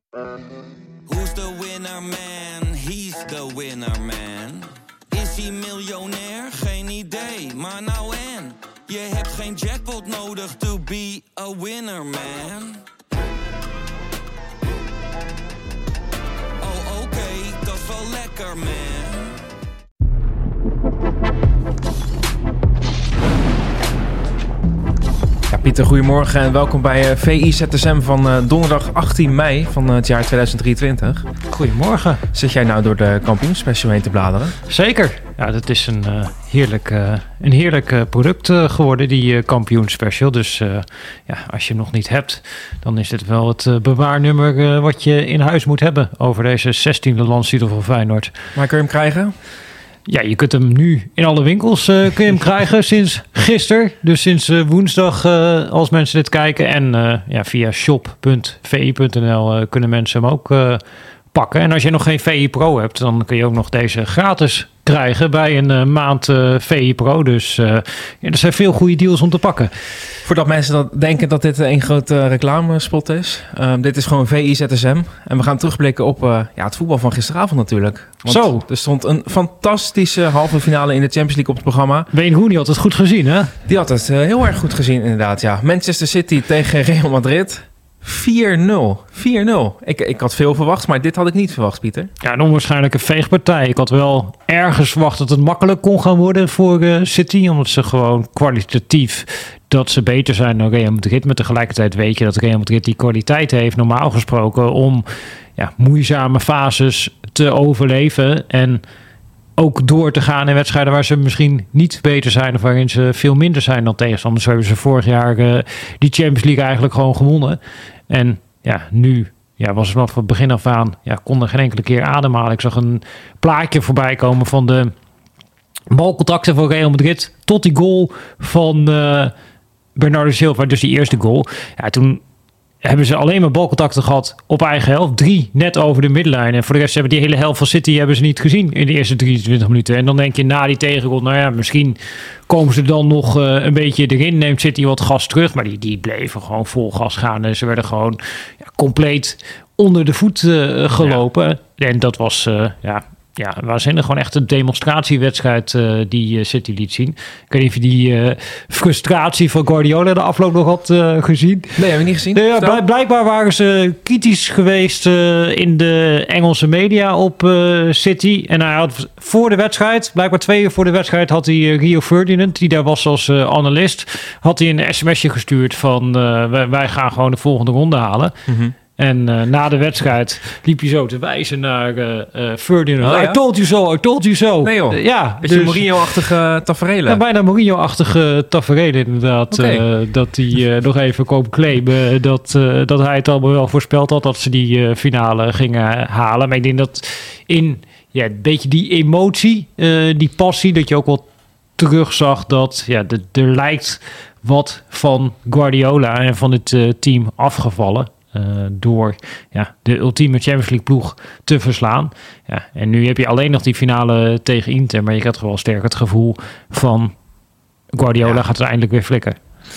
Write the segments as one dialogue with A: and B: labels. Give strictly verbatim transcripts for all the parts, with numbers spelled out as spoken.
A: Who's the winner man? He's the winner man. Is hij miljonair? Geen idee, maar nou en. Je hebt geen jackpot nodig to be a winner man. Oh oké, okay, dat is wel lekker man.
B: Ja, Pieter, goedemorgen en welkom bij uh, V I Z S M van uh, donderdag achttien mei van uh, het jaar tweeduizend drieëntwintig.
C: Goedemorgen.
B: Zit jij nou door de kampioenspecial heen te bladeren?
C: Zeker. Ja, dat is een uh, heerlijk, uh, een heerlijk uh, product uh, geworden, die uh, kampioenspecial. Dus uh, ja, als je hem nog niet hebt, dan is dit wel het uh, bewaarnummer uh, wat je in huis moet hebben over deze zestiende landstitel van Feyenoord.
B: Waar kun je hem krijgen?
C: Ja, je kunt hem nu in alle winkels uh, kun je hem krijgen sinds gisteren. Dus sinds uh, woensdag uh, als mensen dit kijken. En uh, ja, via shop punt v i punt n l uh, kunnen mensen hem ook uh, pakken. En als je nog geen V I Pro hebt, dan kun je ook nog deze gratis krijgen bij een uh, maand uh, V I Pro. Dus uh, ja, er zijn veel goede deals om te pakken.
B: Voordat mensen dat denken dat dit een grote reclamespot is. Uh, dit is gewoon V I Z S M. En we gaan terugblikken op uh, ja, het voetbal van gisteravond natuurlijk. Want
C: Zo.
B: Er stond een fantastische halve finale in de Champions League op het programma.
C: Wayne Rooney had het goed gezien, hè?
B: Die had het uh, heel erg goed gezien inderdaad, ja. Manchester City tegen Real Madrid. vier nul. vier nul. Ik, ik had veel verwacht, maar dit had ik niet verwacht, Pieter.
C: Ja, een onwaarschijnlijke veegpartij. Ik had wel ergens verwacht dat het makkelijk kon gaan worden voor uh, City. Omdat ze gewoon kwalitatief dat ze beter zijn dan Real Madrid. Maar tegelijkertijd weet je dat Real Madrid die kwaliteit heeft, normaal gesproken, om ja, moeizame fases te overleven. En ook door te gaan in wedstrijden waar ze misschien niet beter zijn of waarin ze veel minder zijn dan tegenstanders. Zo hebben ze vorig jaar uh, die Champions League eigenlijk gewoon gewonnen. En ja, nu ja, was het vanaf het begin af aan, ja, kon er geen enkele keer ademhalen. Ik zag een plaatje voorbij komen van de balcontacten van Real Madrid tot die goal van uh, Bernardo Silva, dus die eerste goal. Ja, toen hebben ze alleen maar balcontacten gehad op eigen helft. Drie net over de middenlijn. En voor de rest hebben die hele helft van City hebben ze niet gezien in de eerste drieëntwintig minuten. En dan denk je na die tegengoal, nou ja, misschien komen ze dan nog uh, een beetje erin. Neemt City wat gas terug. Maar die, die bleven gewoon vol gas gaan. En ze werden gewoon ja, compleet onder de voet uh, gelopen. Ja. En dat was, uh, ja... Ja, waanzinnig. Gewoon echt een demonstratiewedstrijd uh, die uh, City liet zien. Ik weet niet of je die uh, frustratie van Guardiola de afloop nog had uh, gezien.
B: Nee, hebben we niet gezien.
C: Nee, ja, bl- blijkbaar waren ze kritisch geweest uh, in de Engelse media op uh, City. En hij had voor de wedstrijd, blijkbaar twee uur voor de wedstrijd, had hij uh, Rio Ferdinand, die daar was als uh, analist, had hij een sms'je gestuurd van uh, wij, wij gaan gewoon de volgende ronde halen. Mm-hmm. En uh, na de wedstrijd liep hij zo te wijzen naar uh, uh, Ferdinand. Oh, ja? I told you so, I told you so.
B: Nee joh,
C: uh, ja,
B: beetje
C: dus,
B: Mourinho-achtige taferelen.
C: Ja, bijna Mourinho-achtige taferelen inderdaad. Okay. Uh, dat hij uh, nog even kon claimen dat, uh, dat hij het allemaal wel voorspeld had dat ze die uh, finale gingen halen. Maar ik denk dat in ja, een beetje die emotie, uh, die passie, dat je ook wel terugzag dat ja, de, er lijkt wat van Guardiola en van het uh, team afgevallen. Uh, door ja, de ultieme Champions League ploeg te verslaan. Ja, en nu heb je alleen nog die finale tegen Inter. Maar je had gewoon sterk het gevoel van Guardiola ja. gaat er eindelijk weer flikken.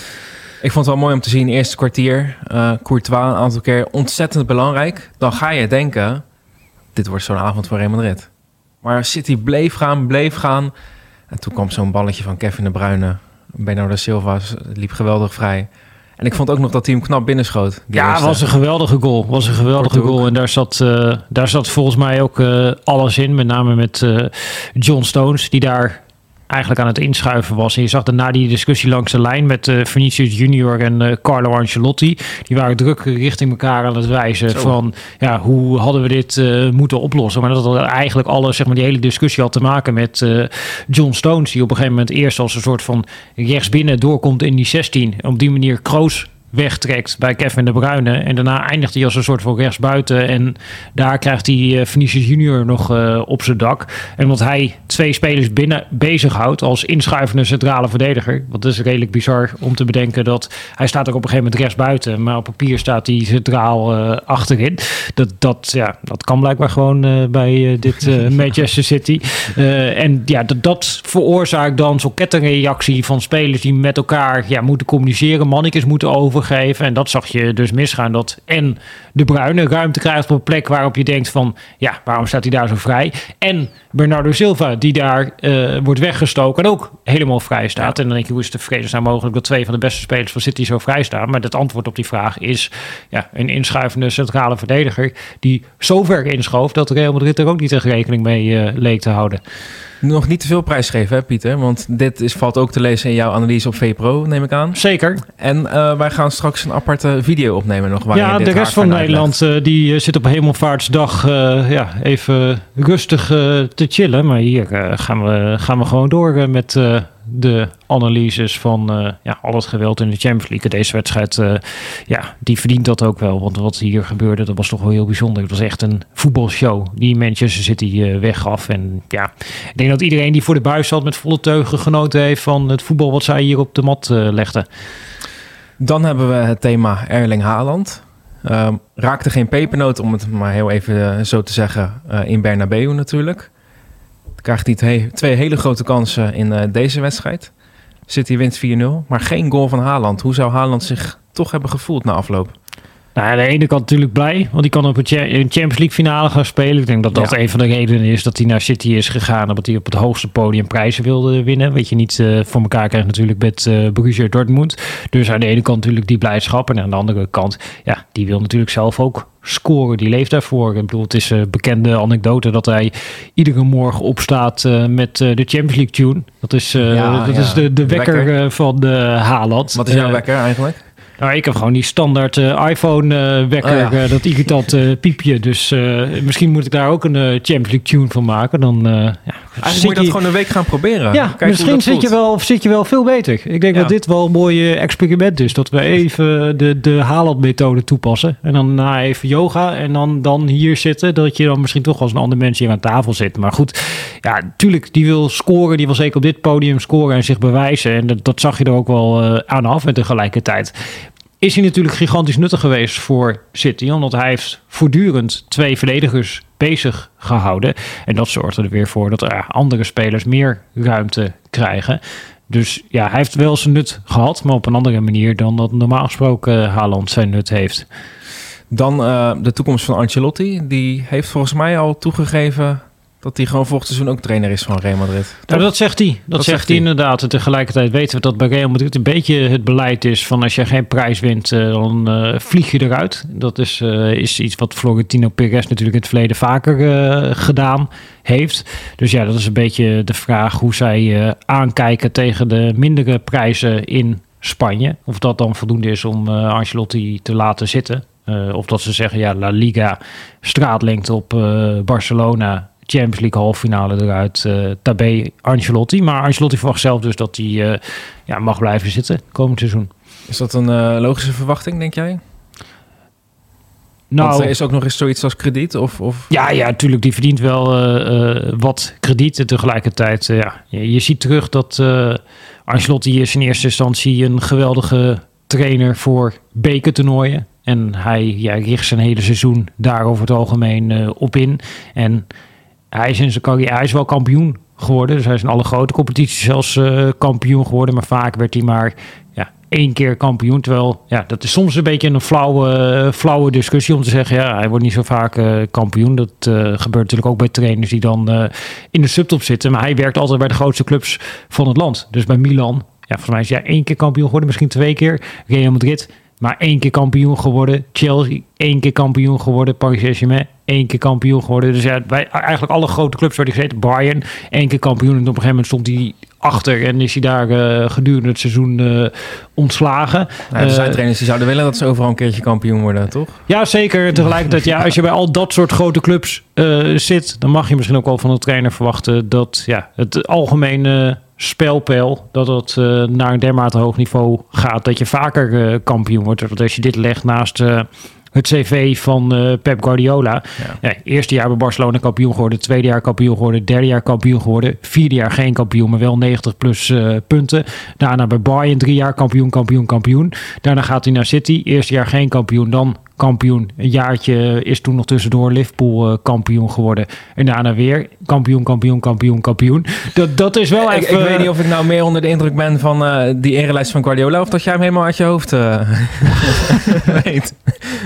B: Ik vond het wel mooi om te zien. Eerste kwartier. Uh, Courtois een aantal keer ontzettend belangrijk. Dan ga je denken, dit wordt zo'n avond voor Real Madrid. Maar City bleef gaan, bleef gaan. En toen kwam zo'n balletje van Kevin De Bruyne. Bernardo Silva liep geweldig vrij. En ik vond ook nog dat hij hem knap binnenschoot.
C: Ja, het was een geweldige goal. Was een geweldige goal. En daar zat, uh, daar zat volgens mij ook uh, alles in. Met name met uh, John Stones, die daar eigenlijk aan het inschuiven was. En je zag daarna die discussie langs de lijn met uh, Vinicius Junior en uh, Carlo Ancelotti. Die waren druk richting elkaar aan het wijzen Zo. van ja, hoe hadden we dit uh, moeten oplossen. Maar dat had eigenlijk alles, zeg maar, die hele discussie had te maken met uh, John Stones, die op een gegeven moment eerst als een soort van rechtsbinnen doorkomt in die zestien. En op die manier Kroos wegtrekt bij Kevin De Bruyne. En daarna eindigt hij als een soort van rechtsbuiten. En daar krijgt hij uh, Vinicius Junior nog uh, op zijn dak. En omdat hij twee spelers binnen bezighoudt als inschuivende centrale verdediger. Want dat is redelijk bizar om te bedenken dat hij staat er op een gegeven moment rechtsbuiten. Maar op papier staat hij centraal uh, achterin. Dat, dat, ja, dat kan blijkbaar gewoon uh, bij uh, dit uh, Manchester City. Uh, en ja, dat, dat veroorzaakt dan zo'n kettingreactie van spelers die met elkaar ja, moeten communiceren. Mannetjes moeten over. Geven. En dat zag je dus misgaan. Dat en De Bruyne ruimte krijgt op een plek waarop je denkt van... ja, waarom staat hij daar zo vrij? En Bernardo Silva, die daar uh, wordt weggestoken en ook helemaal vrij staat. Ja. En dan denk je, hoe is het te vredesnaam mogelijk dat twee van de beste spelers van City zo vrij staan? Maar het antwoord op die vraag is ja, een inschuivende centrale verdediger... die zo ver inschoof dat Real Madrid er ook niet echt rekening mee uh, leek te houden.
B: Nog niet te veel prijs geven, hè, Pieter? Want dit is, valt ook te lezen in jouw analyse op VPRO, neem ik aan.
C: Zeker.
B: En uh, wij gaan straks een aparte video opnemen nog.
C: Ja, de rest van Nederland uh, die uh, zit op Hemelvaartsdag uh, ja, even rustig uh, te chillen. Maar hier uh, gaan, we, gaan we gewoon door uh, met uh, de analyses van uh, ja, al het geweld in de Champions League. Deze wedstrijd, uh, ja, die verdient dat ook wel. Want wat hier gebeurde, dat was toch wel heel bijzonder. Het was echt een voetbalshow die Manchester City uh, weggaf. En ja, ik denk dat iedereen die voor de buis zat met volle teugen genoten heeft van het voetbal wat zij hier op de mat uh, legden.
B: Dan hebben we het thema Erling Haaland. Uh, raakte geen pepernoot, om het maar heel even uh, zo te zeggen, uh, in Bernabeu natuurlijk. Krijgt hij twee, twee hele grote kansen in uh, deze wedstrijd. City wint vier nul, maar geen goal van Haaland. Hoe zou Haaland zich toch hebben gevoeld na afloop?
C: Nou, aan de ene kant natuurlijk blij, want hij kan op een Champions League finale gaan spelen. Ik denk dat dat ja. een van de redenen is dat hij naar City is gegaan, omdat hij op het hoogste podium prijzen wilde winnen. Weet je, niet uh, voor elkaar krijgt natuurlijk met uh, Borussia Dortmund. Dus aan de ene kant natuurlijk die blijdschap en aan de andere kant, ja, die wil natuurlijk zelf ook scoren. Die leeft daarvoor. Ik bedoel, het is een bekende anekdote dat hij iedere morgen opstaat uh, met uh, de Champions League tune. Dat is, uh, ja, dat ja. is de, de wekker, wekker. Uh, van uh, Haaland.
B: Wat is jouw
C: uh,
B: wekker eigenlijk?
C: Nou, ik heb gewoon die standaard uh, iPhone-wekker, uh, oh, ja. uh, dat irritant uh, piepje. Dus uh, misschien moet ik daar ook een uh, Champions League tune van maken. Dan, uh, ja,
B: Eigenlijk moet je dat je... gewoon een week gaan proberen.
C: Ja, Kijk misschien zit je, wel, zit je wel veel beter. Ik denk ja. dat dit wel een mooi experiment is. Dat we even de, de Haaland-methode toepassen. En dan na even yoga en dan, dan hier zitten. Dat je dan misschien toch als een ander mens hier aan tafel zit. Maar goed, ja, natuurlijk, die wil scoren. Die wil zeker op dit podium scoren en zich bewijzen. En dat, dat zag je er ook wel uh, aan af. En tegelijkertijd is hij natuurlijk gigantisch nuttig geweest voor City. Omdat hij heeft voortdurend twee verdedigers bezig gehouden. En dat zorgde er weer voor dat er andere spelers meer ruimte krijgen. Dus ja, hij heeft wel zijn nut gehad, maar op een andere manier dan dat normaal gesproken Haaland zijn nut heeft.
B: Dan uh, de toekomst van Ancelotti. Die heeft volgens mij al toegegeven dat hij gewoon volgend seizoen ook trainer is van Real Madrid.
C: Nou, dat zegt hij. Dat, dat zegt hij inderdaad. En tegelijkertijd weten we dat bij Real Madrid een beetje het beleid is van als je geen prijs wint, uh, dan uh, vlieg je eruit. Dat is, uh, is iets wat Florentino Perez natuurlijk in het verleden vaker uh, gedaan heeft. Dus ja, dat is een beetje de vraag hoe zij uh, aankijken tegen de mindere prijzen in Spanje. Of dat dan voldoende is om uh, Ancelotti te laten zitten. Uh, of dat ze zeggen, ja, La Liga, straatlengte op uh, Barcelona, Champions League halve finale eruit, uh, tabé Ancelotti. Maar Ancelotti verwacht zelf dus dat hij uh, ja, mag blijven zitten komend seizoen.
B: Is dat een uh, logische verwachting, denk jij?
C: Nou,
B: Want er is ook nog eens zoiets als krediet? Of, of...
C: Ja, ja, natuurlijk. Die verdient wel uh, uh, wat krediet. En tegelijkertijd, uh, ja, je, je ziet terug dat uh, Ancelotti is in eerste instantie een geweldige trainer voor bekertoernooien. En hij ja, richt zijn hele seizoen daar over het algemeen uh, op in. En hij is in zijn carrière, hij is wel kampioen geworden. Dus hij is in alle grote competities zelfs uh, kampioen geworden. Maar vaak werd hij maar ja, één keer kampioen. Terwijl, ja, dat is soms een beetje een flauwe, uh, flauwe discussie om te zeggen, ja, hij wordt niet zo vaak uh, kampioen. Dat uh, gebeurt natuurlijk ook bij trainers die dan uh, in de subtop zitten. Maar hij werkt altijd bij de grootste clubs van het land. Dus bij Milan, ja, volgens mij is hij ja, één keer kampioen geworden, misschien twee keer. Real Madrid, maar één keer kampioen geworden. Chelsea, één keer kampioen geworden. Paris Saint-Germain, één keer kampioen geworden. Dus ja, bij eigenlijk alle grote clubs waar hij gezeten. Bayern, één keer kampioen. En op een gegeven moment stond hij achter en is hij daar uh, gedurende het seizoen uh, ontslagen.
B: Nou, er zijn uh, trainers die zouden willen dat ze overal een keertje kampioen worden, toch?
C: Ja, zeker. Tegelijkertijd, ja, als je bij al dat soort grote clubs uh, zit, dan mag je misschien ook wel van de trainer verwachten dat ja, het algemene spelpeil, dat het uh, naar een dermate hoog niveau gaat, dat je vaker uh, kampioen wordt. Want als je dit legt naast uh, het cv van uh, Pep Guardiola. Ja. Ja, eerste jaar bij Barcelona kampioen geworden, tweede jaar kampioen geworden, derde jaar kampioen geworden, vierde jaar geen kampioen, maar wel negentig plus uh, punten. Daarna bij Bayern drie jaar kampioen, kampioen, kampioen. Daarna gaat hij naar City, eerste jaar geen kampioen, dan kampioen. Een jaartje is toen nog tussendoor Liverpool uh, kampioen geworden. En daarna weer kampioen, kampioen, kampioen, kampioen. Dat, dat is wel
B: ik,
C: even...
B: Ik weet niet of ik nou meer onder de indruk ben van uh, die erelijst van Guardiola... of dat jij hem helemaal uit je hoofd uh, weet.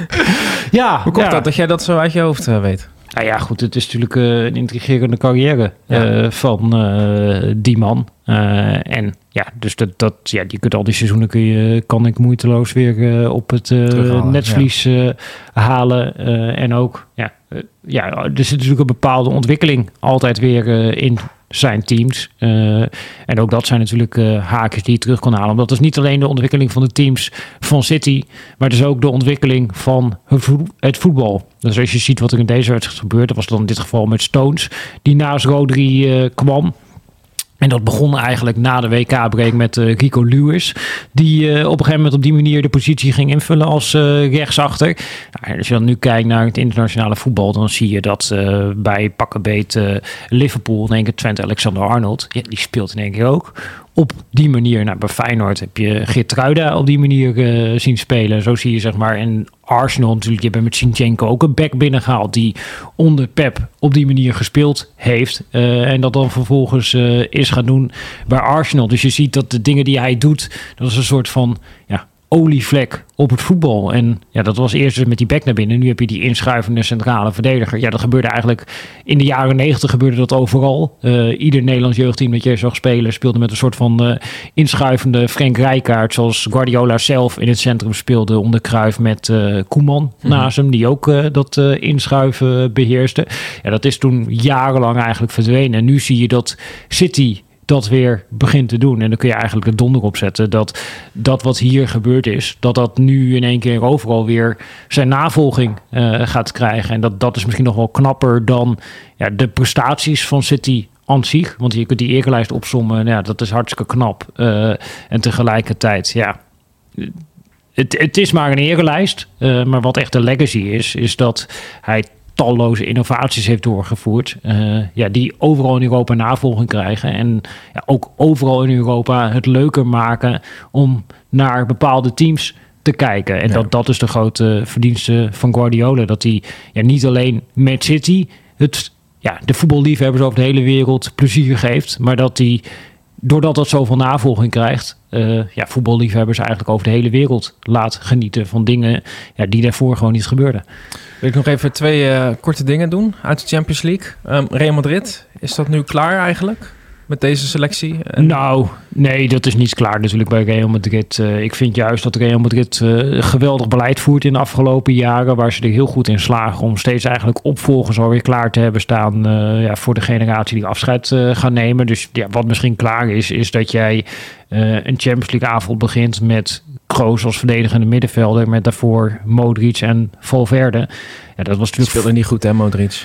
C: Ja,
B: Hoe komt
C: ja.
B: dat, dat jij dat zo uit je hoofd uh, weet?
C: Nou ja, goed, het is natuurlijk uh, een intrigerende carrière ja. uh, van uh, die man. Uh, en ja, dus dat, dat, ja, je kunt al die seizoenen kun je, kan ik moeiteloos weer uh, op het uh, netvlies uh, halen. Uh, en ook, ja, uh, ja, er zit natuurlijk een bepaalde ontwikkeling altijd weer uh, in zijn teams. Uh, en ook dat zijn natuurlijk uh, haakjes die je terug kan halen. Omdat het is niet alleen de ontwikkeling van de teams van City, maar het is ook de ontwikkeling van het voetbal. Dus als je ziet wat er in deze wedstrijd gebeurt, dat was dan in dit geval met Stones, die naast Rodri uh, kwam. En dat begon eigenlijk na de W K-break met uh, Rico Lewis. Die uh, op een gegeven moment op die manier de positie ging invullen als uh, rechtsachter. Nou, als je dan nu kijkt naar het internationale voetbal, dan zie je dat uh, bij pakkenbeet uh, Liverpool in één keer Trent Alexander-Arnold, ja, die speelt in één keer ook op die manier. Nou, bij Feyenoord heb je Geertruida op die manier uh, zien spelen. Zo zie je zeg maar in Arsenal natuurlijk. Je hebt met Zinchenko ook een back binnengehaald die onder Pep op die manier gespeeld heeft. Uh, en dat dan vervolgens uh, is gaan doen bij Arsenal. Dus je ziet dat de dingen die hij doet, dat is een soort van ja, olievlek op het voetbal. En ja, dat was eerst dus met die back naar binnen. Nu heb je die inschuivende centrale verdediger. Ja, dat gebeurde eigenlijk in de jaren negentig gebeurde dat overal. Uh, ieder Nederlands jeugdteam dat je zag spelen speelde met een soort van uh, inschuivende Frank Rijkaard, zoals Guardiola zelf in het centrum speelde onder Cruijff met uh, Koeman mm-hmm. naast hem, die ook uh, dat uh, inschuiven beheerste. Ja, dat is toen jarenlang eigenlijk verdwenen. En nu zie je dat City dat weer begint te doen. En dan kun je eigenlijk de donder op zetten dat dat wat hier gebeurd is, dat dat nu in één keer overal weer zijn navolging uh, gaat krijgen. En dat, dat is misschien nog wel knapper dan ja, de prestaties van City aan zich. Want je kunt die eerlijst opsommen. Nou ja, dat is hartstikke knap. Uh, en tegelijkertijd, ja, het, het is maar een erenlijst. Uh, maar wat echt de legacy is, is dat hij talloze innovaties heeft doorgevoerd. Uh, ja, die overal in Europa navolging krijgen. En ja, ook overal in Europa het leuker maken om naar bepaalde teams te kijken. En ja. dat, dat is de grote verdienste van Guardiola. Dat hij ja, niet alleen met City het, ja, de voetballiefhebbers over de hele wereld plezier geeft, maar dat hij, doordat dat zoveel navolging krijgt, uh, ja, voetballiefhebbers eigenlijk over de hele wereld laat genieten van dingen ja, die daarvoor gewoon niet gebeurden.
B: Wil ik nog even twee uh, korte dingen doen uit de Champions League. Um, Real Madrid, is dat nu klaar eigenlijk met deze selectie? En...
C: Nou, nee, dat is niet klaar natuurlijk bij Real Madrid. Uh, ik vind juist dat Real Madrid uh, geweldig beleid voert in de afgelopen jaren, waar ze er heel goed in slagen om steeds eigenlijk opvolgers alweer klaar te hebben staan uh, ja, voor de generatie die afscheid uh, gaan nemen. Dus ja, wat misschien klaar is, is dat jij uh, een Champions League avond begint met Kroos als verdedigende middenvelder, met daarvoor Modric en Valverde. Ja, dat was natuurlijk...
B: speelde niet goed, hè, Modric?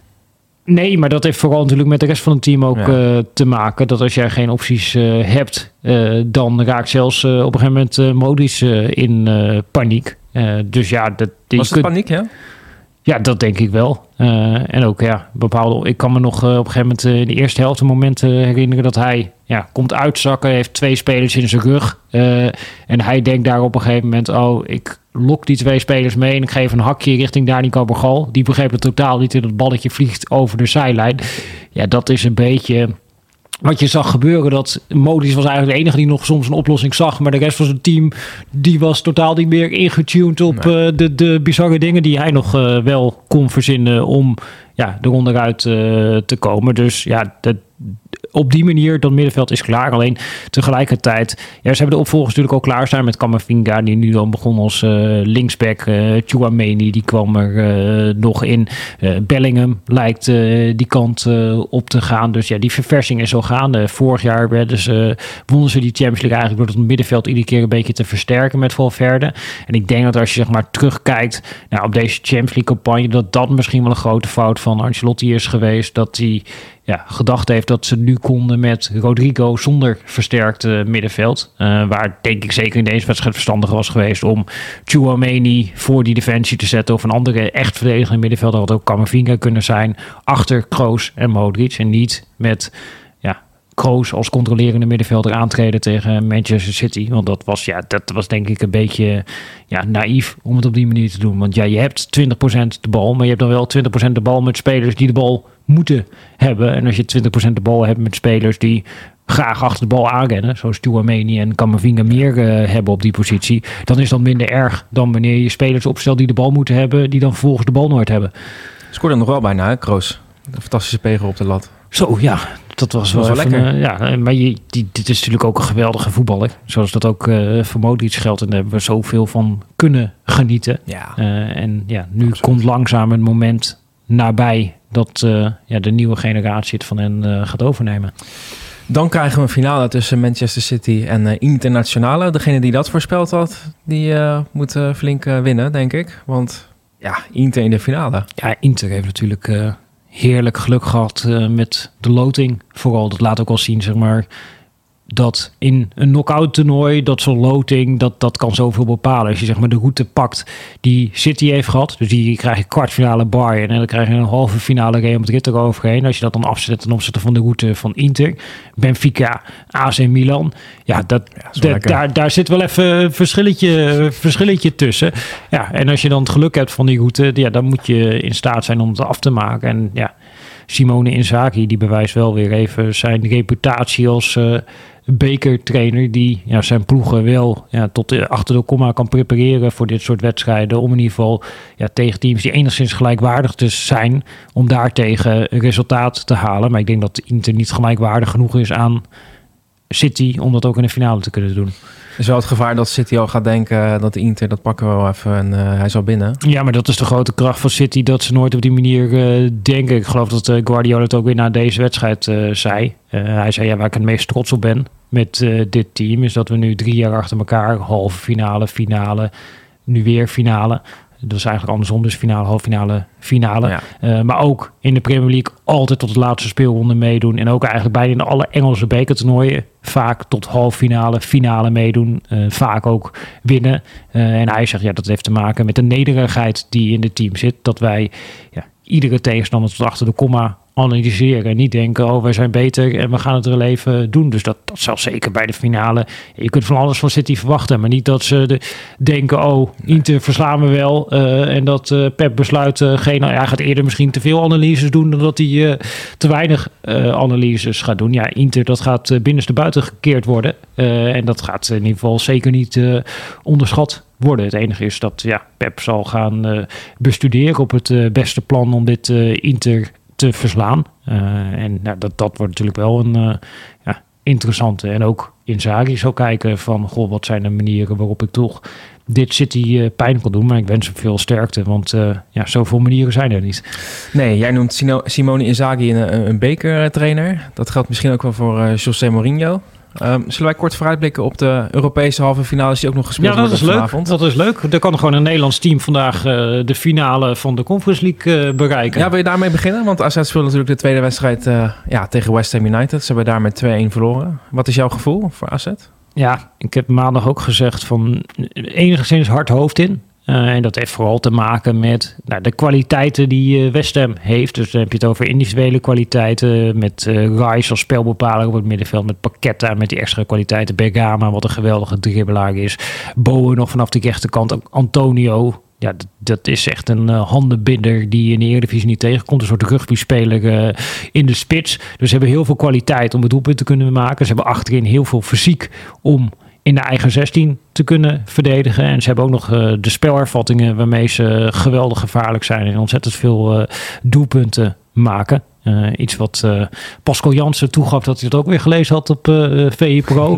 C: Nee, maar dat heeft vooral natuurlijk met de rest van het team ook ja. uh, te maken. Dat als jij geen opties uh, hebt, uh, dan raakt zelfs uh, op een gegeven moment uh, Modric uh, in uh, paniek. Uh, dus ja, dat die
B: was het
C: kunt...
B: paniek, ja?
C: Ja, dat denk ik wel. Uh, en ook ja, bepaalde. Ik kan me nog uh, op een gegeven moment uh, in de eerste helft een moment uh, herinneren dat hij ja, komt uitzakken, heeft twee spelers in zijn rug. Uh, en hij denkt daar op een gegeven moment, oh, ik lok die twee spelers mee en ik geef een hakje richting Dani Carvajal. Die begreep het totaal niet en dat balletje vliegt over de zijlijn. Ja, dat is een beetje wat je zag gebeuren. Dat Modric was eigenlijk de enige die nog soms een oplossing zag, maar de rest van zijn team die was totaal niet meer ingetuned op nee. uh, de, de bizarre dingen die hij nog uh, wel kon verzinnen om ja, eronderuit uh, te komen. Dus ja, dat, op die manier, dat middenveld is klaar. Alleen tegelijkertijd, ja, ze hebben de opvolgers natuurlijk al klaar staan met Camavinga, die nu dan begon als uh, linksback. Uh, Tchouaméni, die kwam er uh, nog in. Uh, Bellingham lijkt uh, die kant uh, op te gaan. Dus ja, die verversing is al gaande. Vorig jaar werden ze, wonnen ze die Champions League eigenlijk door het middenveld iedere keer een beetje te versterken met Valverde. En ik denk dat als je zeg maar terugkijkt nou, op deze Champions League campagne, dat dat misschien wel een grote fout van Ancelotti is geweest. Dat hij ja, gedacht heeft dat ze nu konden met Rodrigo zonder versterkt uh, middenveld. Uh, waar denk ik zeker in deze wedstrijd verstandiger was geweest om Tchouaméni voor die defensie te zetten. Of een andere echt verdedigende middenvelder, wat ook Camavinga kunnen zijn, achter Kroos en Modric. En niet met ja, Kroos als controlerende middenvelder aantreden tegen Manchester City. Want dat was, ja, dat was denk ik een beetje ja, naïef om het op die manier te doen. Want ja, je hebt twintig procent de bal, maar je hebt dan wel twintig procent de bal met spelers die de bal moeten hebben. En als je twintig procent de bal hebt met spelers die graag achter de bal aanrennen, zoals Tchouaméni en Camavinga meer uh, hebben op die positie, dan is dat minder erg dan wanneer je spelers opstelt die de bal moeten hebben, die dan vervolgens de bal nooit hebben.
B: Scoorde hem nog wel bijna, hè, Kroos? Een fantastische pegel op de lat.
C: Zo, ja. Dat was wel,
B: was wel
C: even,
B: lekker.
C: Uh, ja, maar je, die, dit is natuurlijk ook een geweldige voetballer. Zoals dat ook uh, voor Modric geldt. En daar hebben we zoveel van kunnen genieten.
B: Ja.
C: Uh, en ja, nu
B: Absoluut.
C: komt langzaam het moment nabij dat uh, ja, de nieuwe generatie het van hen uh, gaat overnemen.
B: Dan krijgen we een finale tussen Manchester City en uh, Internationale. Degene die dat voorspeld had, die uh, moet uh, flink uh, winnen, denk ik. Want ja, Inter in de finale.
C: Ja, Inter heeft natuurlijk uh, heerlijk geluk gehad uh, met de loting. Vooral, dat laat ook wel zien, zeg maar, dat in een knock-out toernooi, dat zo'n loting, dat, dat kan zoveel bepalen. Als je zeg maar de route pakt die City heeft gehad, dus die krijg je kwartfinale Bayern en dan krijg je een halve finale Real Madrid eroverheen. Als je dat dan afzet ten opzichte van de route van Inter, Benfica, A C Milan, ja, dat,
B: Ja, dat is wel
C: de,
B: lekker.
C: daar, daar zit wel even een verschilletje, verschilletje tussen. Ja, en als je dan het geluk hebt van die route, ja, dan moet je in staat zijn om het af te maken. En ja, Simone Inzaghi, die bewijst wel weer even zijn reputatie als uh, bekertrainer, die ja, zijn ploegen wel ja, tot de, achter de komma kan prepareren voor dit soort wedstrijden, om in ieder geval ja, tegen teams die enigszins gelijkwaardig te zijn, om daartegen een resultaat te halen. Maar ik denk dat Inter niet gelijkwaardig genoeg is aan City om dat ook in de finale te kunnen doen.
B: Er is wel het gevaar dat City al gaat denken dat de Inter, dat pakken we wel even en uh, hij zal binnen.
C: Ja, maar dat is de grote kracht van City, dat ze nooit op die manier uh, denken. Ik geloof dat uh, Guardiola het ook weer na deze wedstrijd uh, zei. Uh, hij zei, ja, waar ik het meest trots op ben met uh, dit team, is dat we nu drie jaar achter elkaar, halve finale, finale, nu weer finale. Dat is eigenlijk andersom, dus finale, halve finale, finale.
B: Ja.
C: Uh, maar ook in de Premier League altijd tot de laatste speelronde meedoen. En ook eigenlijk bijna in alle Engelse bekertoernooien vaak tot halve finale, finale meedoen. Uh, vaak ook winnen. Uh, en hij zegt, ja, dat heeft te maken met de nederigheid die in het team zit. Dat wij ja, iedere tegenstander tot achter de komma analyseren en niet denken, oh, wij zijn beter en we gaan het er wel even doen. Dus dat, dat zal zeker bij de finale. Je kunt van alles van City verwachten, maar niet dat ze de, denken, oh, Inter verslaan we wel. Uh, en dat uh, Pep besluit, uh, geen, hij gaat eerder misschien te veel analyses doen dan dat hij uh, te weinig uh, analyses gaat doen. Ja, Inter, dat gaat uh, binnenste buiten gekeerd worden. Uh, en dat gaat in ieder geval zeker niet uh, onderschat worden. Het enige is dat ja, Pep zal gaan uh, bestuderen op het uh, beste plan om dit uh, Inter te verslaan. Uh, en nou, dat, dat wordt natuurlijk wel een uh, ja, interessante. En ook Inzaghi zal kijken van, goh, wat zijn de manieren waarop ik toch dit City uh, pijn kan doen. Maar ik wens hem veel sterkte, want uh, ja, zoveel manieren zijn er niet.
B: Nee, jij noemt Sino- Simone Inzaghi een, een bekertrainer. Dat geldt misschien ook wel voor uh, José Mourinho. Um, zullen wij kort vooruitblikken op de Europese halve finales die ook nog gespeeld
C: Ja, dat
B: worden
C: is leuk.
B: vanavond?
C: Dat is leuk. Er kan gewoon een Nederlands team vandaag uh, de finale van de Conference League uh, bereiken.
B: Ja, wil je daarmee beginnen? Want A Z speelde natuurlijk de tweede wedstrijd uh, ja, tegen West Ham United. Ze hebben daar met twee-een verloren. Wat is jouw gevoel voor A Z?
C: Ja, ik heb maandag ook gezegd van enigszins hard hoofd in. Uh, en dat heeft vooral te maken met nou, de kwaliteiten die uh, West Ham heeft. Dus dan heb je het over individuele kwaliteiten. Met uh, Rice als spelbepaler op het middenveld. Met Paqueta, met die extra kwaliteiten. Bergama, wat een geweldige dribbelaar is. Bowen nog vanaf de rechterkant. Antonio, ja, dat, dat is echt een uh, handenbinder die je in de Eredivisie niet tegenkomt. Een soort rugbyspeler uh, in de spits. Dus ze hebben heel veel kwaliteit om het doelpunt te kunnen maken. Ze hebben achterin heel veel fysiek om in de eigen zestien te kunnen verdedigen. En ze hebben ook nog uh, de spelervattingen waarmee ze geweldig gevaarlijk zijn en ontzettend veel uh, doelpunten maken. Uh, iets wat uh, Pascal Jansen toegaf dat hij het ook weer gelezen had op uh, V I Pro.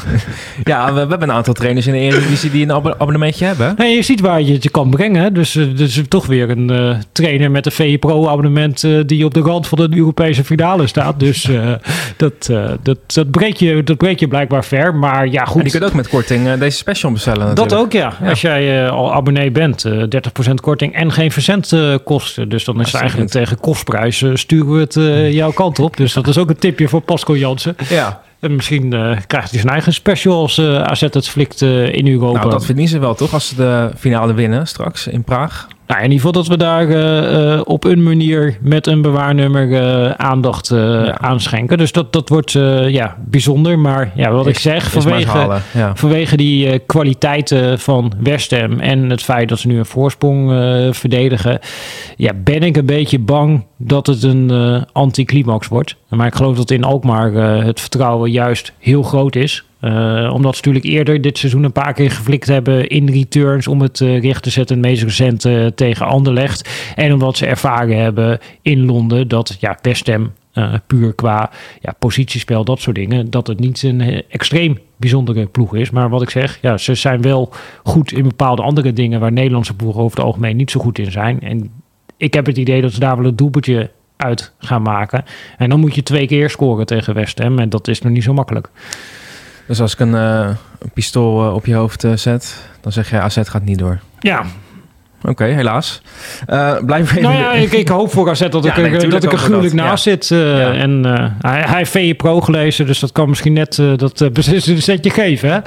B: Ja, we, we hebben een aantal trainers in de Eredivisie die een ab- abonnementje hebben.
C: Nee, je ziet waar je het je kan brengen. Dus, uh, dus toch weer een uh, trainer met een V I Pro abonnement uh, die op de rand van de Europese finale staat. Dus uh, dat, uh, dat, dat, breek je, dat breek je blijkbaar ver. Maar ja, goed.
B: En die kunt ook met korting uh, deze special bestellen natuurlijk.
C: Dat ook, ja.
B: Ja.
C: Als jij uh, al abonnee bent, uh, dertig procent korting en geen verzendkosten. Uh, dus dan is het eigenlijk tegen kostprijs uh, sturen we het uh, jouw kant op. Dus dat is ook een tipje voor Pascal Jansen.
B: Ja.
C: En misschien uh, krijgt hij zijn eigen special als uh, A Z het flikt uh, in Europa.
B: Nou, dat verdienen ze wel toch als ze de finale winnen straks in Praag?
C: Nou, in ieder geval dat we daar uh, uh, op een manier met een bewaarnummer uh, aandacht uh, ja. aanschenken. Dus dat, dat wordt uh, ja, bijzonder. Maar ja, wat is, ik zeg, vanwege, ja. vanwege die uh, kwaliteiten van West Ham en het feit dat ze nu een voorsprong uh, verdedigen, ja, ben ik een beetje bang dat het een uh, anticlimax wordt. Maar ik geloof dat in Alkmaar uh, het vertrouwen juist heel groot is. Uh, omdat ze natuurlijk eerder dit seizoen een paar keer geflikt hebben in returns om het uh, recht te zetten, het meest recent uh, tegen Anderlecht. En omdat ze ervaren hebben in Londen dat ja, West Ham uh, puur qua ja, positiespel, dat soort dingen, dat het niet een uh, extreem bijzondere ploeg is. Maar wat ik zeg, ja, ze zijn wel goed in bepaalde andere dingen waar Nederlandse ploegen over het algemeen niet zo goed in zijn. En ik heb het idee dat ze daar wel een doelpuntje uit gaan maken. En dan moet je twee keer scoren tegen West Ham en dat is nog niet zo makkelijk.
B: Dus als ik een, uh, een pistool uh, op je hoofd uh, zet, dan zeg je A Z gaat niet door.
C: Ja.
B: Oké, okay, helaas. Uh, blijf even...
C: Nou ja, ik, ik hoop voor A Z dat, ja, ik, nee, dat ik er gruwelijk naast ja. zit. Uh, ja. En uh, hij, hij heeft V E Pro gelezen, dus dat kan misschien net uh, dat uh, beslissende setje geven, hè?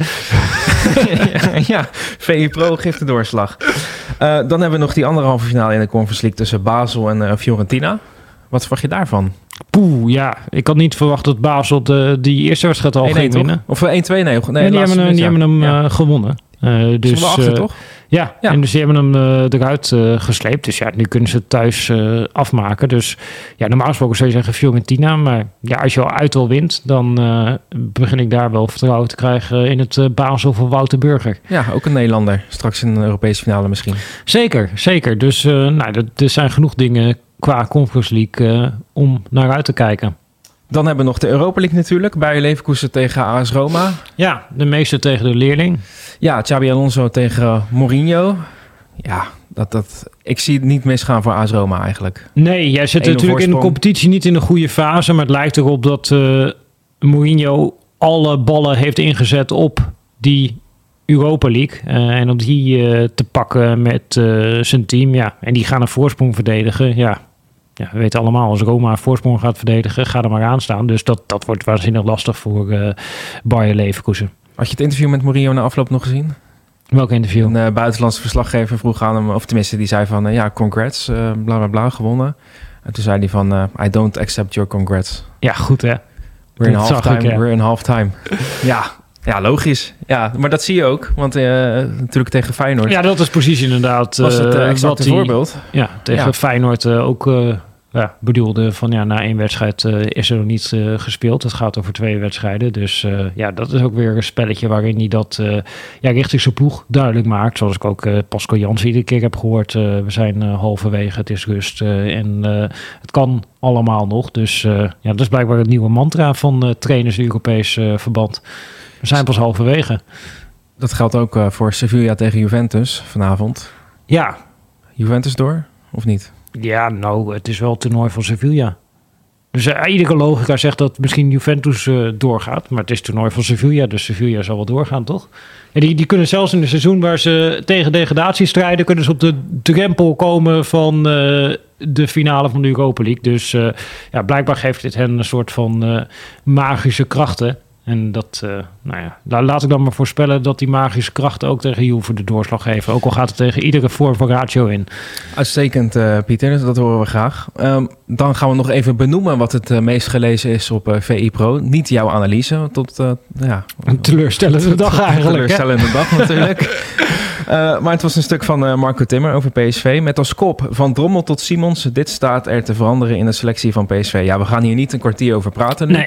B: ja, ja, V E Pro geeft de doorslag. Uh, dan hebben we nog die andere halve finale in de Conference League tussen Basel en uh, Fiorentina. Wat verwacht je daarvan?
C: Poeh, ja. Ik had niet verwacht dat Basel de, die eerste wedstrijd al ging winnen.
B: Of één twee, nee. nee,
C: nee die hebben, minuut, die ja. hebben hem ja. uh, gewonnen. Uh, dus,
B: ze achter, uh, toch?
C: Ja, ja, en dus die hebben hem uh, eruit uh, gesleept. Dus ja, nu kunnen ze het thuis uh, afmaken. Dus ja, normaal gesproken zou je zeggen Fiorentina. Maar ja, als je al uit al wint, dan uh, begin ik daar wel vertrouwen te krijgen in het uh, Basel van Wouter Burger.
B: Ja, ook een Nederlander. Straks in de Europese finale misschien.
C: Zeker, zeker. Dus uh, nou, er, er zijn genoeg dingen qua Conference League uh, om naar uit te kijken.
B: Dan hebben we nog de Europa League natuurlijk. Bayer Leverkusen tegen A S Roma.
C: Ja, de meeste tegen de leerling.
B: Ja, Xabi Alonso tegen Mourinho. Ja, dat, dat, ik zie het niet misgaan voor A S Roma eigenlijk.
C: Nee, jij zit natuurlijk voorsprong. in de competitie niet in de goede fase. Maar het lijkt erop dat uh, Mourinho alle ballen heeft ingezet op die Europa League. Uh, en om die uh, te pakken met uh, zijn team. Ja, en die gaan een voorsprong verdedigen. Ja. Ja, we weten allemaal, als Roma een voorsprong gaat verdedigen, ga er maar aan staan. Dus dat, dat wordt waanzinnig lastig voor uh, Bayer Leverkusen.
B: Had je het interview met Mourinho na afloop nog gezien?
C: Welk interview?
B: Een uh, buitenlandse verslaggever vroeg aan hem, of tenminste die zei van, uh, ja, congrats, uh, bla bla bla, gewonnen. En toen zei hij van, uh, I don't accept your congrats.
C: Ja, goed hè.
B: We're in halftime, ik, ja. we're in halftime. ja. Ja, logisch. Ja, maar dat zie je ook. Want uh, natuurlijk tegen Feyenoord.
C: Ja, dat is precies inderdaad.
B: Was het uh, exact een voorbeeld.
C: Ja, tegen ja. Feyenoord uh, ook uh, ja, bedoelde van ja, na één wedstrijd uh, is er nog niet uh, gespeeld. Het gaat over twee wedstrijden. Dus uh, ja, dat is ook weer een spelletje waarin hij dat uh, ja, richting zijn ploeg duidelijk maakt. Zoals ik ook uh, Pascal Jansen iedere keer heb gehoord. Uh, we zijn uh, halverwege, het is rust uh, en uh, het kan allemaal nog. Dus uh, ja, dat is blijkbaar het nieuwe mantra van uh, trainers in Europees uh, verband. We zijn pas halverwege.
B: Dat geldt ook uh, voor Sevilla tegen Juventus vanavond.
C: Ja.
B: Juventus door, of niet?
C: Ja, nou, het is wel het toernooi van Sevilla. Dus uh, iedere logica zegt dat misschien Juventus uh, doorgaat. Maar het is het toernooi van Sevilla, dus Sevilla zal wel doorgaan, toch? En die, die kunnen zelfs in een seizoen waar ze tegen degradatie strijden, kunnen ze op de drempel komen van uh, de finale van de Europa League. Dus uh, ja, blijkbaar geeft dit hen een soort van uh, magische krachten. En dat, uh, nou ja, laat ik dan maar voorspellen dat die magische krachten ook tegen Juve de doorslag geven. Ook al gaat het tegen iedere vorm van ratio in.
B: Uitstekend, uh, Pieter. Dat horen we graag. Um, dan gaan we nog even benoemen wat het uh, meest gelezen is op uh, V I Pro. Niet jouw analyse. Tot, uh, ja,
C: een teleurstellende dag eigenlijk. Een
B: teleurstellende dag natuurlijk. Uh, maar het was een stuk van uh, Marco Timmer over P S V. Met als kop van Drommel tot Simons. Dit staat er te veranderen in de selectie van P S V. Ja, we gaan hier niet een kwartier over praten nu.
C: Nee.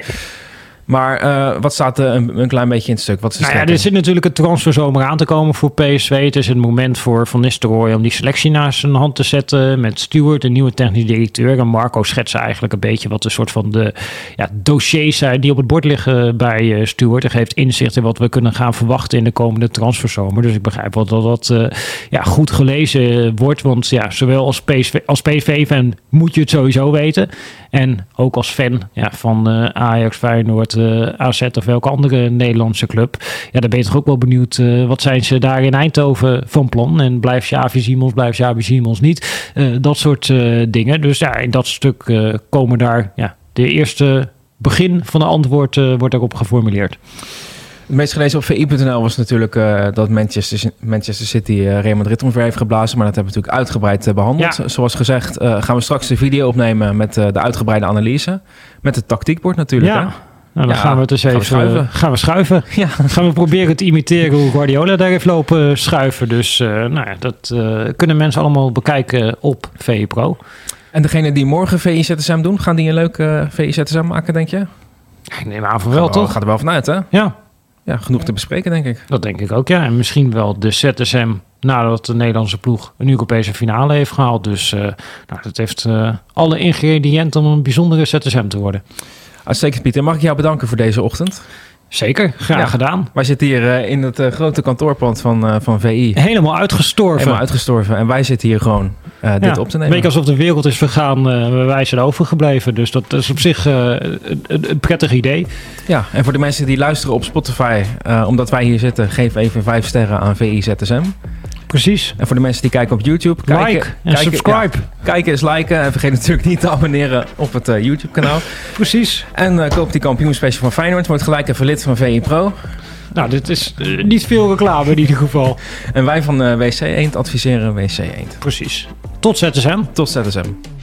B: Maar uh, wat staat er een, een klein beetje in het stuk? Wat is
C: nou ja, er zit natuurlijk een transferzomer aan te komen voor P S V. Het is het moment voor Van Nistelrooy om die selectie naar zijn hand te zetten. Met Stuart, de nieuwe technisch directeur. En Marco schetsen eigenlijk een beetje wat een soort van de ja, dossiers zijn die op het bord liggen bij uh, Stuart. Hij geeft inzicht in wat we kunnen gaan verwachten in de komende transferzomer. Dus ik begrijp wel dat dat uh, ja, goed gelezen wordt. Want ja, zowel als P S V, als P S V-fan moet je het sowieso weten. En ook als fan ja, van uh, Ajax, Feyenoord, uh, A Z of welke andere Nederlandse club. Ja, dan ben je toch ook wel benieuwd. Uh, wat zijn ze daar in Eindhoven van plan? En blijft Xavi Simons, blijft Xavi Simons niet? Uh, dat soort uh, dingen. Dus ja, in dat stuk uh, komen daar ja, de eerste begin van de antwoord uh, wordt daarop geformuleerd.
B: Het meest gelezen op V I punt N L was natuurlijk uh, dat Manchester, Manchester City uh, Real Madrid omver heeft geblazen. Maar dat hebben we natuurlijk uitgebreid uh, behandeld. Ja. Zoals gezegd uh, gaan we straks de video opnemen met uh, de uitgebreide analyse. Met het tactiekbord natuurlijk.
C: Ja.
B: Hè?
C: Nou, dan ja, gaan we het dus even
B: gaan we schuiven.
C: Gaan we schuiven. Ja. Gaan we proberen te imiteren hoe Guardiola daar heeft lopen schuiven. Dus uh, nou ja, dat uh, kunnen mensen allemaal bekijken op V I Pro.
B: En degene die morgen V I Z S M doen, gaan die een leuke uh, V I Z S M maken, denk je?
C: Ik neem aan van wel, wel, toch?
B: Gaat er wel vanuit, hè?
C: Ja.
B: Ja, genoeg te bespreken, denk ik.
C: Dat denk ik ook, ja. En misschien wel de Z S M nadat de Nederlandse ploeg een Europese finale heeft gehaald. Dus uh, nou, dat heeft uh, alle ingrediënten om een bijzondere Z S M te worden.
B: Uitstekend, Pieter. Mag ik jou bedanken voor deze ochtend?
C: Zeker, graag ja, gedaan.
B: Wij zitten hier uh, in het uh, grote kantoorpand van, uh, van V I.
C: Helemaal uitgestorven.
B: Helemaal uitgestorven. En wij zitten hier gewoon uh, dit
C: ja,
B: op te nemen.
C: Een beetje alsof de wereld is vergaan, uh, wij zijn overgebleven. Dus dat is op zich uh, een, een prettig idee.
B: Ja, en voor de mensen die luisteren op Spotify, uh, omdat wij hier zitten, geef even vijf sterren aan V I Z S M.
C: Precies.
B: En voor de mensen die kijken op YouTube,
C: like
B: kijken,
C: en
B: kijken,
C: subscribe.
B: Ja, kijken is liken. En vergeet natuurlijk niet te abonneren op het uh, YouTube kanaal.
C: Precies.
B: En uh, koop die kampioenspecial van Feyenoord. Wordt gelijk even lid van V I Pro.
C: Nou, dit is uh, niet veel reclame in ieder geval.
B: En wij van uh, W C Eend adviseren W C Eend.
C: Precies. Tot Z S M.
B: Tot Z S M.